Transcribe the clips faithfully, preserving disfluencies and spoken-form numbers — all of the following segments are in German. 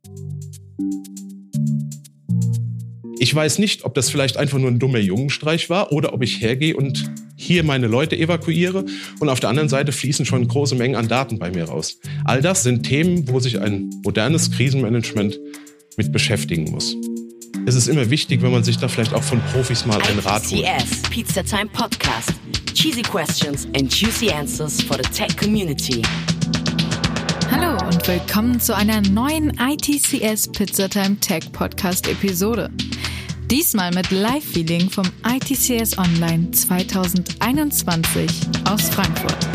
Ich weiß nicht, ob das vielleicht einfach nur ein dummer Jungenstreich war oder ob ich hergehe und hier meine Leute evakuiere und auf der anderen Seite fließen schon große Mengen an Daten bei mir raus. All das sind Themen, wo sich ein modernes Krisenmanagement mit beschäftigen muss. Es ist immer wichtig, wenn man sich da vielleicht auch von Profis mal einen Rat holt. I T C S Pizza Time Podcast. Cheesy questions and juicy answers for the tech community. Hallo und willkommen zu einer neuen I T C S Pizza Time Tech Podcast Episode. Diesmal mit Live-Feeling vom I T C S Online zwanzig einundzwanzig aus Frankfurt.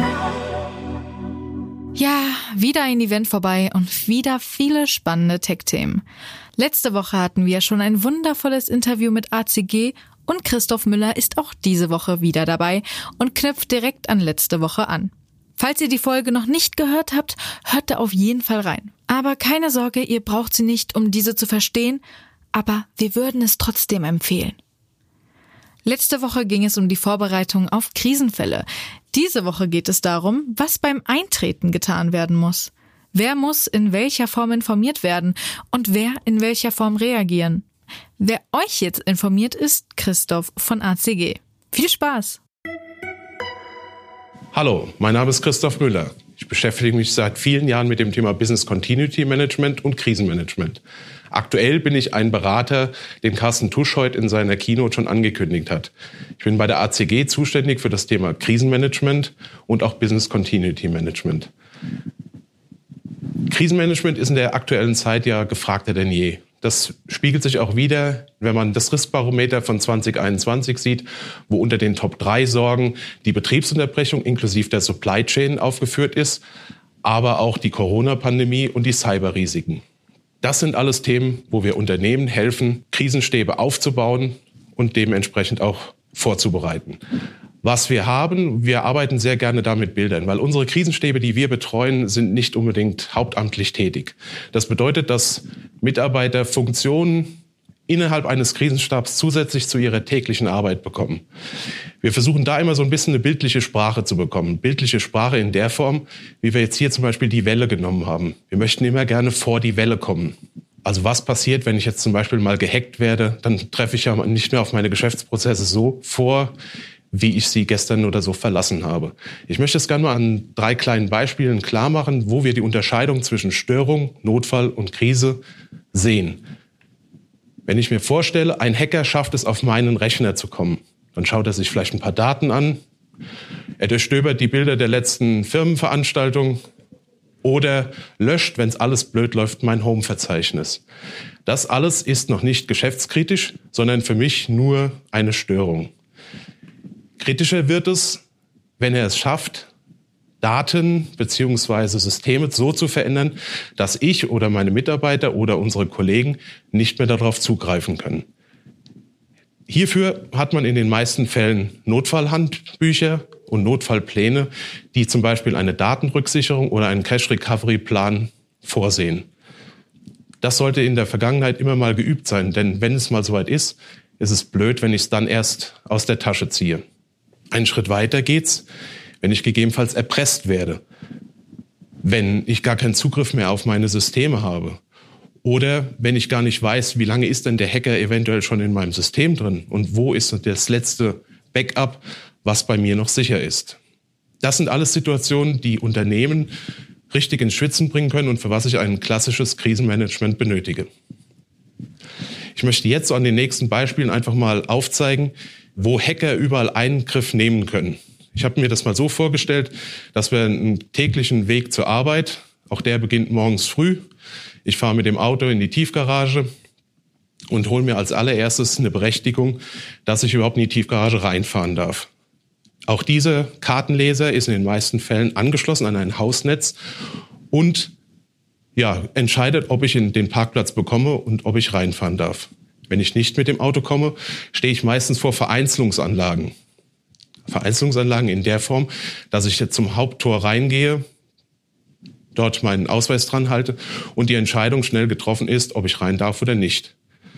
Ja, wieder ein Event vorbei und wieder viele spannende Tech-Themen. Letzte Woche hatten wir schon ein wundervolles Interview mit A C G und Christoph Müller ist auch diese Woche wieder dabei und knüpft direkt an letzte Woche an. Falls ihr die Folge noch nicht gehört habt, hört da auf jeden Fall rein. Aber keine Sorge, ihr braucht sie nicht, um diese zu verstehen, aber wir würden es trotzdem empfehlen. Letzte Woche ging es um die Vorbereitung auf Krisenfälle. Diese Woche geht es darum, was beim Eintreten getan werden muss. Wer muss in welcher Form informiert werden und wer in welcher Form reagieren? Wer euch jetzt informiert, ist Christoph von A C G. Viel Spaß! Hallo, mein Name ist Christoph Müller. Ich beschäftige mich seit vielen Jahren mit dem Thema Business Continuity Management und Krisenmanagement. Aktuell bin ich ein Berater, den Carsten Tusch heute in seiner Keynote schon angekündigt hat. Ich bin bei der A C G zuständig für das Thema Krisenmanagement und auch Business Continuity Management. Krisenmanagement ist in der aktuellen Zeit ja gefragter denn je. Das spiegelt sich auch wieder, wenn man das Riskbarometer von zwanzig einundzwanzig sieht, wo unter den Top drei Sorgen die Betriebsunterbrechung inklusive der Supply Chain aufgeführt ist, aber auch die Corona-Pandemie und die Cyberrisiken. Das sind alles Themen, wo wir Unternehmen helfen, Krisenstäbe aufzubauen und dementsprechend auch vorzubereiten. Was wir haben, wir arbeiten sehr gerne da mit Bildern, weil unsere Krisenstäbe, die wir betreuen, sind nicht unbedingt hauptamtlich tätig. Das bedeutet, dass Mitarbeiter Funktionen innerhalb eines Krisenstabs zusätzlich zu ihrer täglichen Arbeit bekommen. Wir versuchen da immer so ein bisschen eine bildliche Sprache zu bekommen. Bildliche Sprache in der Form, wie wir jetzt hier zum Beispiel die Welle genommen haben. Wir möchten immer gerne vor die Welle kommen. Also was passiert, wenn ich jetzt zum Beispiel mal gehackt werde? Dann treffe ich ja nicht mehr auf meine Geschäftsprozesse so vor, wie ich sie gestern oder so verlassen habe. Ich möchte es gerne mal an drei kleinen Beispielen klar machen, wo wir die Unterscheidung zwischen Störung, Notfall und Krise sehen. Wenn ich mir vorstelle, ein Hacker schafft es, auf meinen Rechner zu kommen, dann schaut er sich vielleicht ein paar Daten an, er durchstöbert die Bilder der letzten Firmenveranstaltung oder löscht, wenn es alles blöd läuft, mein Home-Verzeichnis. Das alles ist noch nicht geschäftskritisch, sondern für mich nur eine Störung. Kritischer wird es, wenn er es schafft, Daten bzw. Systeme so zu verändern, dass ich oder meine Mitarbeiter oder unsere Kollegen nicht mehr darauf zugreifen können. Hierfür hat man in den meisten Fällen Notfallhandbücher und Notfallpläne, die zum Beispiel eine Datenrücksicherung oder einen Cache-Recovery-Plan vorsehen. Das sollte in der Vergangenheit immer mal geübt sein, denn wenn es mal soweit ist, ist es blöd, wenn ich es dann erst aus der Tasche ziehe. Einen Schritt weiter geht's, wenn ich gegebenenfalls erpresst werde, wenn ich gar keinen Zugriff mehr auf meine Systeme habe oder wenn ich gar nicht weiß, wie lange ist denn der Hacker eventuell schon in meinem System drin und wo ist das letzte Backup, was bei mir noch sicher ist. Das sind alles Situationen, die Unternehmen richtig ins Schwitzen bringen können und für was ich ein klassisches Krisenmanagement benötige. Ich möchte jetzt so an den nächsten Beispielen einfach mal aufzeigen, wo Hacker überall Eingriff nehmen können. Ich habe mir das mal so vorgestellt, dass wir einen täglichen Weg zur Arbeit, auch der beginnt morgens früh. Ich fahre mit dem Auto in die Tiefgarage und hole mir als allererstes eine Berechtigung, dass ich überhaupt in die Tiefgarage reinfahren darf. Auch dieser Kartenleser ist in den meisten Fällen angeschlossen an ein Hausnetz und ja, entscheidet, ob ich in den Parkplatz bekomme und ob ich reinfahren darf. Wenn ich nicht mit dem Auto komme, stehe ich meistens vor Vereinzelungsanlagen. Vereinzelungsanlagen in der Form, dass ich jetzt zum Haupttor reingehe, dort meinen Ausweis dran halte und die Entscheidung schnell getroffen ist, ob ich rein darf oder nicht.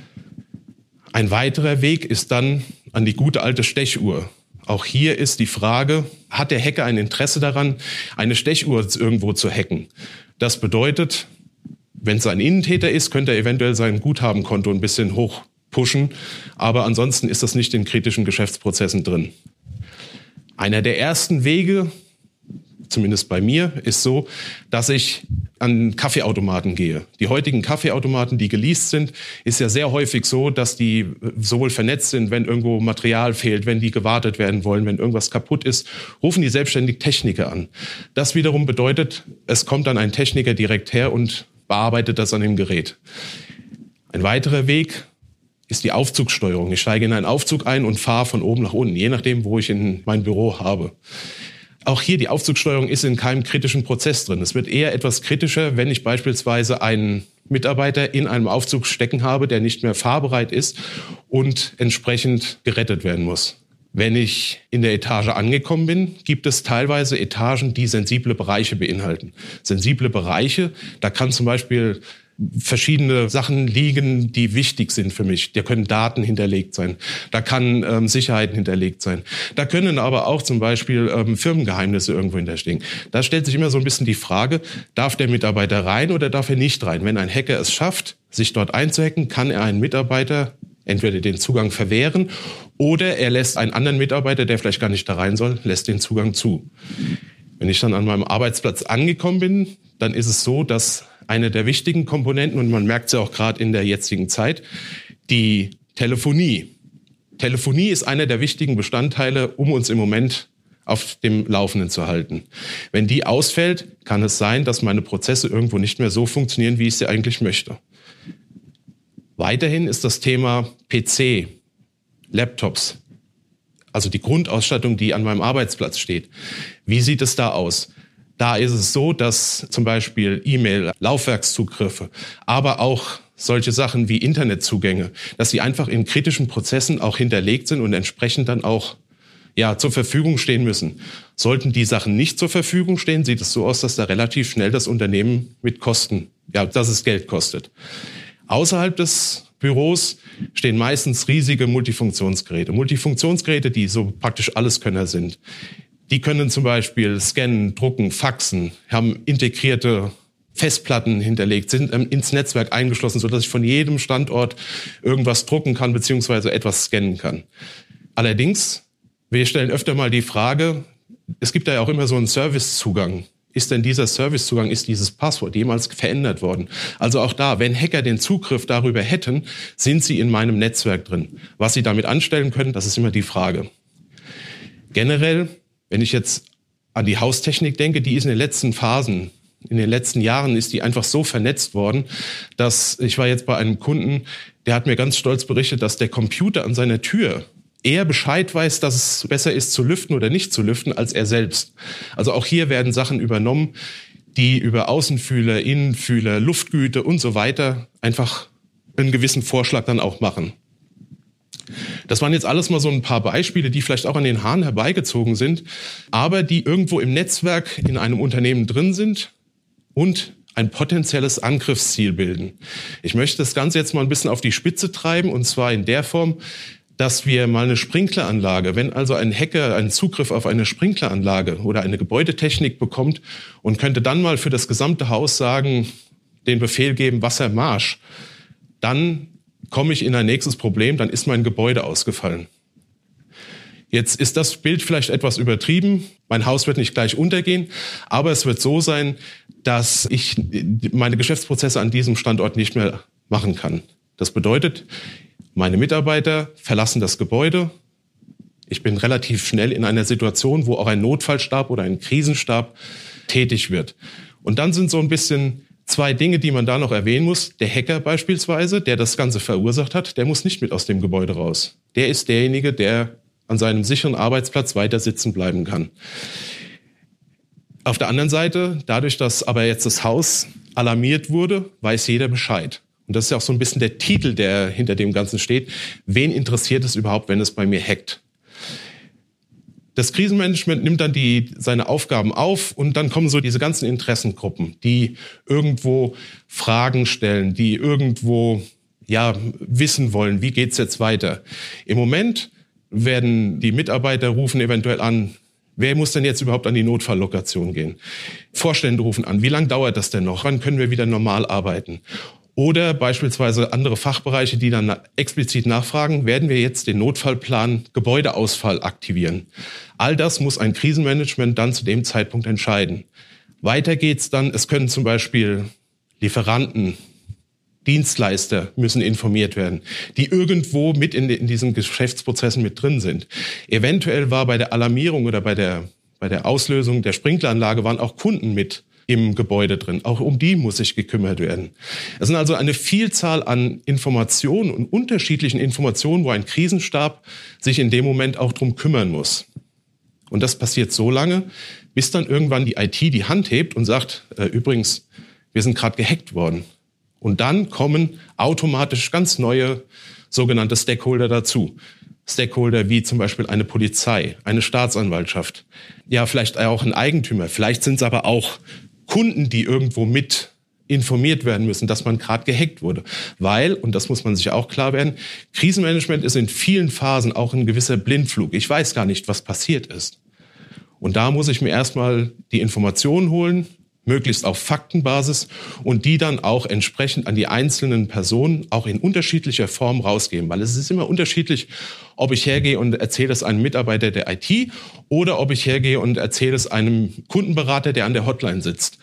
Ein weiterer Weg ist dann an die gute alte Stechuhr. Auch hier ist die Frage, hat der Hacker ein Interesse daran, eine Stechuhr irgendwo zu hacken? Das bedeutet, Wenn es ein Innentäter ist, könnte er eventuell sein Guthabenkonto ein bisschen hoch pushen, aber ansonsten ist das nicht in kritischen Geschäftsprozessen drin. Einer der ersten Wege, zumindest bei mir, ist so, dass ich an Kaffeeautomaten gehe. Die heutigen Kaffeeautomaten, die geleast sind, ist ja sehr häufig so, dass die sowohl vernetzt sind, wenn irgendwo Material fehlt, wenn die gewartet werden wollen, wenn irgendwas kaputt ist, rufen die selbstständig Techniker an. Das wiederum bedeutet, es kommt dann ein Techniker direkt her und bearbeitet das an dem Gerät. Ein weiterer Weg ist die Aufzugssteuerung. Ich steige in einen Aufzug ein und fahre von oben nach unten, je nachdem, wo ich in mein Büro habe. Auch hier, die Aufzugssteuerung ist in keinem kritischen Prozess drin. Es wird eher etwas kritischer, wenn ich beispielsweise einen Mitarbeiter in einem Aufzug stecken habe, der nicht mehr fahrbereit ist und entsprechend gerettet werden muss. Wenn ich in der Etage angekommen bin, gibt es teilweise Etagen, die sensible Bereiche beinhalten. Sensible Bereiche, da kann zum Beispiel verschiedene Sachen liegen, die wichtig sind für mich. Da können Daten hinterlegt sein, da kann ähm, Sicherheiten hinterlegt sein. Da können aber auch zum Beispiel ähm, Firmengeheimnisse irgendwo hinterstehen. Da stellt sich immer so ein bisschen die Frage, darf der Mitarbeiter rein oder darf er nicht rein? Wenn ein Hacker es schafft, sich dort einzuhacken, kann er einen Mitarbeiter entweder den Zugang verwehren oder er lässt einen anderen Mitarbeiter, der vielleicht gar nicht da rein soll, lässt den Zugang zu. Wenn ich dann an meinem Arbeitsplatz angekommen bin, dann ist es so, dass eine der wichtigen Komponenten, und man merkt es ja auch gerade in der jetzigen Zeit, die Telefonie. Telefonie ist einer der wichtigen Bestandteile, um uns im Moment auf dem Laufenden zu halten. Wenn die ausfällt, kann es sein, dass meine Prozesse irgendwo nicht mehr so funktionieren, wie ich sie eigentlich möchte. Weiterhin ist das Thema P C, Laptops, also die Grundausstattung, die an meinem Arbeitsplatz steht. Wie sieht es da aus? Da ist es so, dass zum Beispiel E-Mail, Laufwerkszugriffe, aber auch solche Sachen wie Internetzugänge, dass sie einfach in kritischen Prozessen auch hinterlegt sind und entsprechend dann auch ja, zur Verfügung stehen müssen. Sollten die Sachen nicht zur Verfügung stehen, sieht es so aus, dass da relativ schnell das Unternehmen mit Kosten, ja, dass es Geld kostet. Außerhalb des Büros stehen meistens riesige Multifunktionsgeräte. Multifunktionsgeräte, die so praktisch Alleskönner sind. Die können zum Beispiel scannen, drucken, faxen, haben integrierte Festplatten hinterlegt, sind ins Netzwerk eingeschlossen, sodass ich von jedem Standort irgendwas drucken kann bzw. etwas scannen kann. Allerdings, wir stellen öfter mal die Frage, es gibt da ja auch immer so einen Servicezugang. Ist denn dieser Servicezugang, ist dieses Passwort jemals verändert worden? Also auch da, wenn Hacker den Zugriff darüber hätten, sind sie in meinem Netzwerk drin. Was sie damit anstellen können, das ist immer die Frage. Generell, wenn ich jetzt an die Haustechnik denke, die ist in den letzten Phasen, in den letzten Jahren ist die einfach so vernetzt worden, dass ich war jetzt bei einem Kunden, der hat mir ganz stolz berichtet, dass der Computer an seiner Tür eher Bescheid weiß, dass es besser ist zu lüften oder nicht zu lüften, als er selbst. Also auch hier werden Sachen übernommen, die über Außenfühler, Innenfühler, Luftgüte und so weiter einfach einen gewissen Vorschlag dann auch machen. Das waren jetzt alles mal so ein paar Beispiele, die vielleicht auch an den Haaren herbeigezogen sind, aber die irgendwo im Netzwerk in einem Unternehmen drin sind und ein potenzielles Angriffsziel bilden. Ich möchte das Ganze jetzt mal ein bisschen auf die Spitze treiben, und zwar in der Form, dass wir mal eine Sprinkleranlage, wenn also ein Hacker einen Zugriff auf eine Sprinkleranlage oder eine Gebäudetechnik bekommt und könnte dann mal für das gesamte Haus sagen, den Befehl geben, Wassermarsch, dann komme ich in ein nächstes Problem, dann ist mein Gebäude ausgefallen. Jetzt ist das Bild vielleicht etwas übertrieben, mein Haus wird nicht gleich untergehen, aber es wird so sein, dass ich meine Geschäftsprozesse an diesem Standort nicht mehr machen kann. Das bedeutet, meine Mitarbeiter verlassen das Gebäude. Ich bin relativ schnell in einer Situation, wo auch ein Notfallstab oder ein Krisenstab tätig wird. Und dann sind so ein bisschen zwei Dinge, die man da noch erwähnen muss. Der Hacker beispielsweise, der das Ganze verursacht hat, der muss nicht mit aus dem Gebäude raus. Der ist derjenige, der an seinem sicheren Arbeitsplatz weiter sitzen bleiben kann. Auf der anderen Seite, dadurch, dass aber jetzt das Haus alarmiert wurde, weiß jeder Bescheid. Und das ist ja auch so ein bisschen der Titel, der hinter dem Ganzen steht. Wen interessiert es überhaupt, wenn es bei mir hackt? Das Krisenmanagement nimmt dann die, seine Aufgaben auf und dann kommen so diese ganzen Interessengruppen, die irgendwo Fragen stellen, die irgendwo ja wissen wollen, wie geht's jetzt weiter. Im Moment werden die Mitarbeiter rufen eventuell an, Wer muss denn jetzt überhaupt an die Notfalllokation gehen? Vorstände rufen an. Wie lange dauert das denn noch? Wann können wir wieder normal arbeiten? Oder beispielsweise andere Fachbereiche, die dann explizit nachfragen, werden wir jetzt den Notfallplan Gebäudeausfall aktivieren? All das muss ein Krisenmanagement dann zu dem Zeitpunkt entscheiden. Weiter geht's dann, es können zum Beispiel Lieferanten, Dienstleister müssen informiert werden, die irgendwo mit in, in diesen Geschäftsprozessen mit drin sind. Eventuell war bei der Alarmierung oder bei der, bei der Auslösung der Sprinkleranlage waren auch Kunden mit im Gebäude drin. Auch um die muss sich gekümmert werden. Es sind also eine Vielzahl an Informationen und unterschiedlichen Informationen, wo ein Krisenstab sich in dem Moment auch drum kümmern muss. Und das passiert so lange, bis dann irgendwann die I T die Hand hebt und sagt, äh, übrigens, wir sind gerade gehackt worden. Und dann kommen automatisch ganz neue sogenannte Stakeholder dazu. Stakeholder wie zum Beispiel eine Polizei, eine Staatsanwaltschaft, ja vielleicht auch ein Eigentümer. Vielleicht sind es aber auch Kunden, die irgendwo mit informiert werden müssen, dass man gerade gehackt wurde. Weil, und das muss man sich auch klar werden, Krisenmanagement ist in vielen Phasen auch ein gewisser Blindflug. Ich weiß gar nicht, was passiert ist. Und da muss ich mir erstmal die Informationen holen, möglichst auf Faktenbasis und die dann auch entsprechend an die einzelnen Personen auch in unterschiedlicher Form rausgeben. Weil es ist immer unterschiedlich, ob ich hergehe und erzähle es einem Mitarbeiter der I T oder ob ich hergehe und erzähle es einem Kundenberater, der an der Hotline sitzt.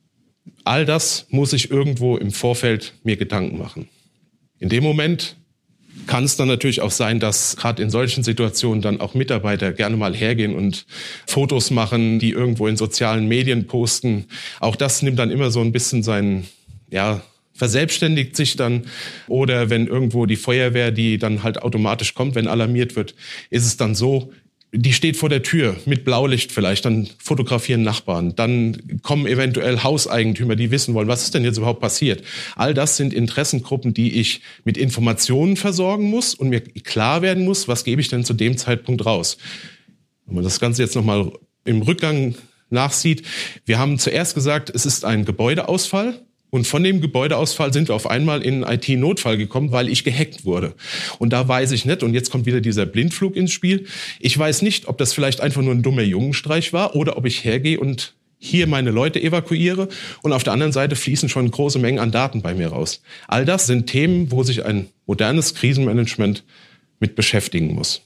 All das muss ich irgendwo im Vorfeld mir Gedanken machen. In dem Moment kann es dann natürlich auch sein, dass gerade in solchen Situationen dann auch Mitarbeiter gerne mal hergehen und Fotos machen, die irgendwo in sozialen Medien posten. Auch das nimmt dann immer so ein bisschen seinen, ja, verselbstständigt sich dann. Oder wenn irgendwo die Feuerwehr, die dann halt automatisch kommt, wenn alarmiert wird, ist es dann so, die steht vor der Tür mit Blaulicht vielleicht, dann fotografieren Nachbarn, dann kommen eventuell Hauseigentümer, die wissen wollen, was ist denn jetzt überhaupt passiert. All das sind Interessengruppen, die ich mit Informationen versorgen muss und mir klar werden muss, was gebe ich denn zu dem Zeitpunkt raus. Wenn man das Ganze jetzt nochmal im Rückgang nachsieht, wir haben zuerst gesagt, es ist ein Gebäudeausfall. Und von dem Gebäudeausfall sind wir auf einmal in einen I T-Notfall gekommen, weil ich gehackt wurde. Und da weiß ich nicht, und jetzt kommt wieder dieser Blindflug ins Spiel, ich weiß nicht, ob das vielleicht einfach nur ein dummer Jungenstreich war oder ob ich hergehe und hier meine Leute evakuiere und auf der anderen Seite fließen schon große Mengen an Daten bei mir raus. All das sind Themen, wo sich ein modernes Krisenmanagement mit beschäftigen muss.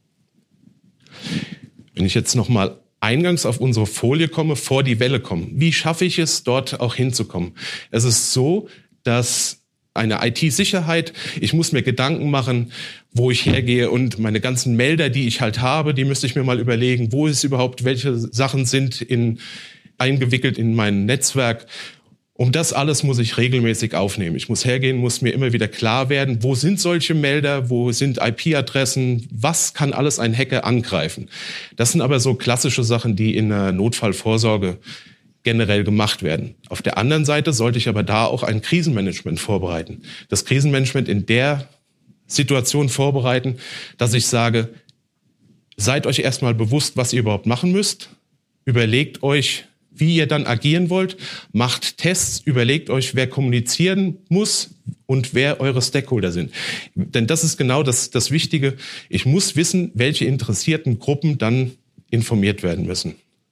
Wenn ich jetzt noch mal eingangs auf unsere Folie komme, vor die Welle kommen. Wie schaffe ich es, dort auch hinzukommen? Es ist so, dass eine I T-Sicherheit, ich muss mir Gedanken machen, wo ich hergehe und meine ganzen Melder, die ich halt habe, die müsste ich mir mal überlegen, wo ist überhaupt, welche Sachen sind in, eingewickelt in mein Netzwerk. Um das alles muss ich regelmäßig aufnehmen. Ich muss hergehen, muss mir immer wieder klar werden, wo sind solche Melder, wo sind I P-Adressen, was kann alles ein Hacker angreifen. Das sind aber so klassische Sachen, die in der Notfallvorsorge generell gemacht werden. Auf der anderen Seite sollte ich aber da auch ein Krisenmanagement vorbereiten. Das Krisenmanagement in der Situation vorbereiten, dass ich sage, seid euch erstmal bewusst, was ihr überhaupt machen müsst. Überlegt euch, wie ihr dann agieren wollt, macht Tests, überlegt euch, wer kommunizieren muss und wer eure Stakeholder sind. Denn das ist genau das, das Wichtige. Ich muss wissen, welche interessierten Gruppen dann informiert werden müssen.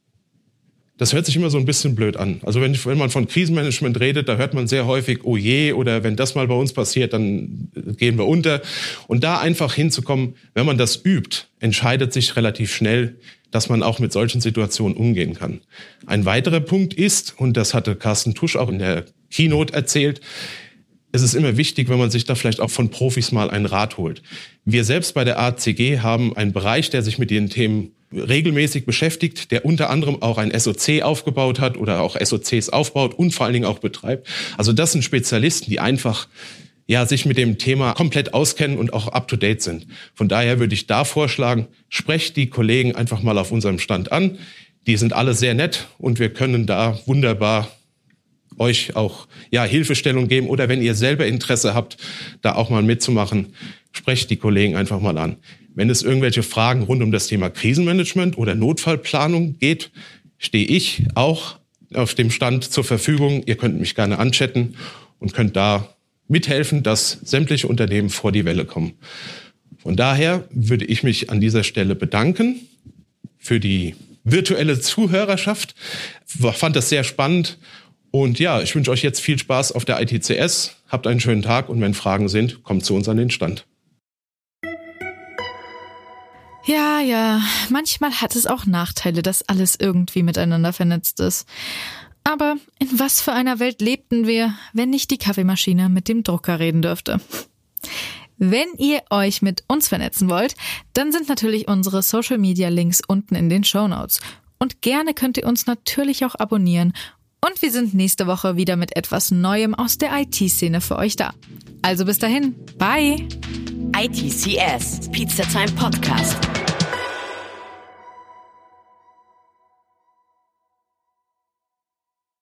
Das hört sich immer so ein bisschen blöd an. Also wenn, wenn man von Krisenmanagement redet, da hört man sehr häufig, oh je, oder wenn das mal bei uns passiert, dann gehen wir unter. Und da einfach hinzukommen, wenn man das übt, entscheidet sich relativ schnell, dass man auch mit solchen Situationen umgehen kann. Ein weiterer Punkt ist, und das hatte Carsten Tusch auch in der Keynote erzählt, es ist immer wichtig, wenn man sich da vielleicht auch von Profis mal einen Rat holt. Wir selbst bei der A C G haben einen Bereich, der sich mit den Themen regelmäßig beschäftigt, der unter anderem auch ein S O C aufgebaut hat oder auch S O Cs aufbaut und vor allen Dingen auch betreibt. Also das sind Spezialisten, die einfach ja sich mit dem Thema komplett auskennen und auch up-to-date sind. Von daher würde ich da vorschlagen, sprecht die Kollegen einfach mal auf unserem Stand an. Die sind alle sehr nett und wir können da wunderbar euch auch ja Hilfestellung geben oder wenn ihr selber Interesse habt, da auch mal mitzumachen, sprecht die Kollegen einfach mal an. Wenn es irgendwelche Fragen rund um das Thema Krisenmanagement oder Notfallplanung geht, stehe ich auch auf dem Stand zur Verfügung. Ihr könnt mich gerne anchatten und könnt da mithelfen, dass sämtliche Unternehmen vor die Welle kommen. Von daher würde ich mich an dieser Stelle bedanken für die virtuelle Zuhörerschaft. Fand das sehr spannend. Und ja, ich wünsche euch jetzt viel Spaß auf der I T C S. Habt einen schönen Tag und wenn Fragen sind, kommt zu uns an den Stand. Ja, ja, manchmal hat es auch Nachteile, dass alles irgendwie miteinander vernetzt ist. Aber in was für einer Welt lebten wir, wenn nicht die Kaffeemaschine mit dem Drucker reden dürfte? Wenn ihr euch mit uns vernetzen wollt, dann sind natürlich unsere Social-Media-Links unten in den Shownotes. Und gerne könnt ihr uns natürlich auch abonnieren. Und wir sind nächste Woche wieder mit etwas Neuem aus der I T-Szene für euch da. Also bis dahin, bye! I T C S, Pizza Time Podcast.